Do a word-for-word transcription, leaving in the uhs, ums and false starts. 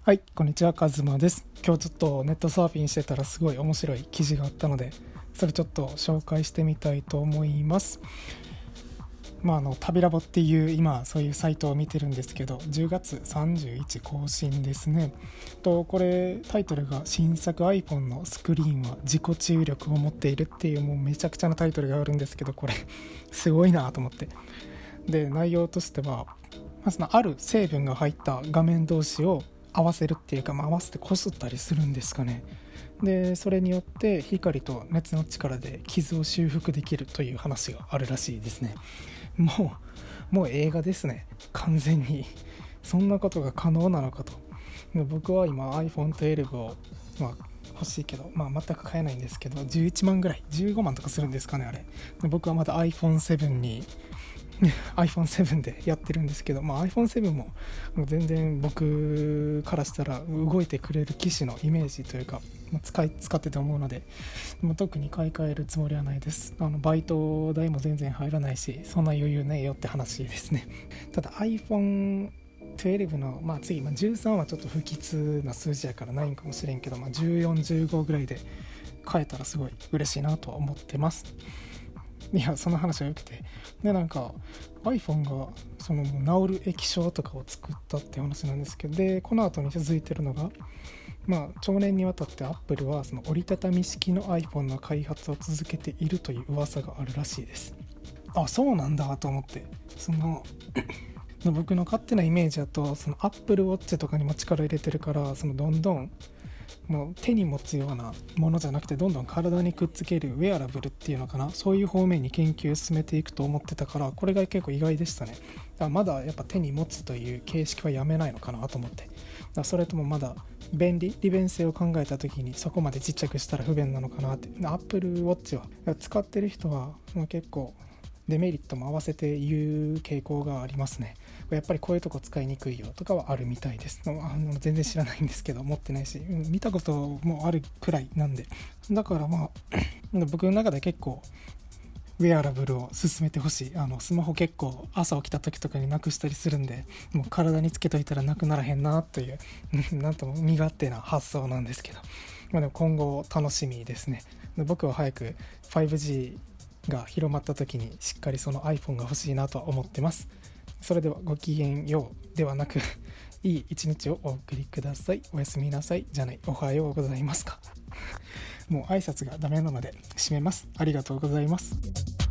はい、こんにちは、カズマです。今日ちょっとネットサーフィンしてたらすごい面白い記事があったので、それちょっと紹介してみたいと思います。まあ、あの旅ラボっていう今そういうサイトを見てるんですけど、じゅうがつさんじゅういち更新ですね。とこれタイトルが新作 iPhone のスクリーンは自己注力を持っているっていう、もうめちゃくちゃなタイトルがあるんですけど、これすごいなと思って。で、内容としては、まずある成分が入った画面同士を合わせるっていうか、まあ、合わせてこすったりするんですかね。でそれによって光と熱の力で傷を修復できるという話があるらしいですね。もうもう映画ですね、完全に。そんなことが可能なのかと。で僕は今 アイフォントゥエルブ を、まあ、欲しいけど、まあ、全く買えないんですけど、じゅういちまんぐらい、じゅうごまんとかするんですかね、あれ。で僕はまだ アイフォンセブン にアイフォンセブン でやってるんですけど、まあ、アイフォンセブン も全然僕からしたら動いてくれる機種のイメージというか、まあ、使い使ってて思うので、もう特に買い替えるつもりはないです。あのバイト代も全然入らないし、そんな余裕ねえよって話ですね。ただ アイフォントゥエルブ の、まあ、次、まあ、じゅうさんはちょっと不吉な数字やからないんかもしれんけど、まあ、じゅうよん、じゅうごぐらいで買えたらすごい嬉しいなとは思ってます。いや、その話はよくて、でなんか iPhone がその治る液晶とかを作ったっていう話なんですけど、でこの後に続いてるのが、まあ、長年にわたって Apple はその折りたたみ式の iPhone の開発を続けているという噂があるらしいです。あ、そうなんだと思って、その僕の勝手なイメージだと、その Apple Watch とかにも力入れてるから、そのどんどんもう手に持つようなものじゃなくて、どんどん体にくっつけるウェアラブルっていうのかな、そういう方面に研究を進めていくと思ってたから、これが結構意外でしたね。だからまだやっぱ手に持つという形式はやめないのかなと思って、だからそれともまだ便利利便性を考えた時にそこまでちっちゃくしたら不便なのかなって。 Apple Watch は使ってる人は結構デメリットも合わせて言う傾向がありますね。やっぱりこういうとこ使いにくいよとかはあるみたいです。あの全然知らないんですけど、持ってないし見たこともあるくらいなんで、だからまあ僕の中で結構ウェアラブルを進めてほしい。あのスマホ結構朝起きた時とかになくしたりするんで、もう体につけといたらなくならへんなというなんとも身勝手な発想なんですけど、まあ、でも今後楽しみですね。で僕は早く ファイブジー が広まった時にしっかりその iPhone が欲しいなと思ってます。それではごきげんようではなくいい一日をお送りください。おやすみなさいじゃない、おはようございますか。もう挨拶がダメなので締めます。ありがとうございます。